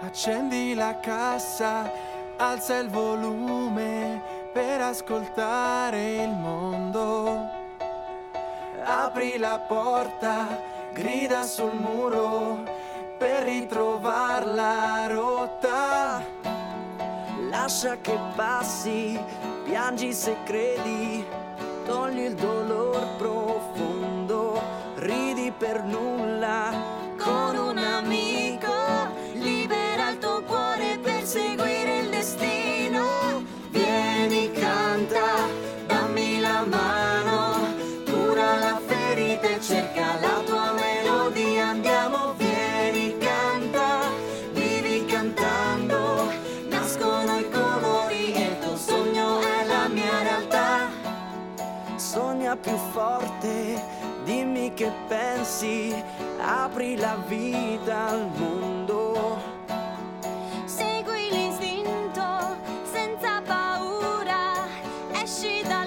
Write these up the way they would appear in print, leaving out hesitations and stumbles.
Accendi la cassa, alza il volume per ascoltare il mondo. Apri la porta, grida sul muro per ritrovar la rotta. Lascia che passi, piangi se credi, togli il dolor profondo, ridi per nulla con un amico, libera il tuo cuore per seguire il destino. Vieni, canta, dammi la mano, cura la ferita e cerca la tua melodia. Andiamo, vieni, canta, vivi cantando, nascono i colori e il tuo sogno è la mia realtà. Sogna più forte, dimmi che pensi, apri la vita al mondo. Segui l'istinto senza paura, esci dal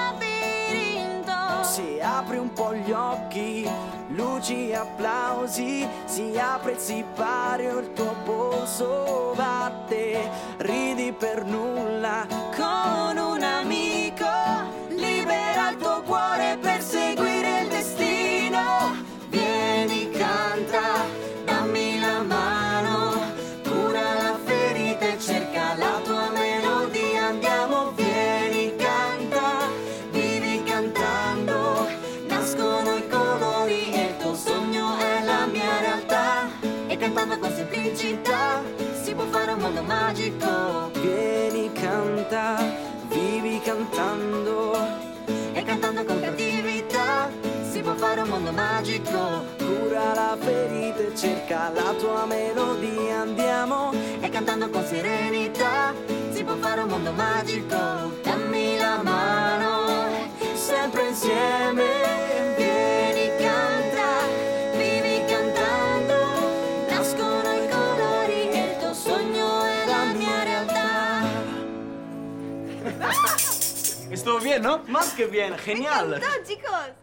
labirinto. Se apri un po' gli occhi, luci e applausi, si apre il sipario, il tuo polso batte, ridi per nulla con un amico, libera il tuo cuore per seguire il destino. Vieni, canta, dammi la mano, cura la ferita e cerca la tua melodia. Andiamo, vieni, canta, vivi cantando, nascono i colori e il tuo sogno è la mia realtà. E cantando con semplicità si può fare un mondo magico. Vieni, canta, vivi cantando, e cantando con creatività si può fare un mondo magico. Cura la ferita e cerca la tua melodia. Andiamo, e cantando con serenità si può fare un mondo magico. Dammi la mano, sempre insieme. Vieni, canta, vivi cantando, nascono i colori e il tuo sogno è la mia realtà. Estuvo bien, ¿no? Más que bien, genial. Encantó, chicos.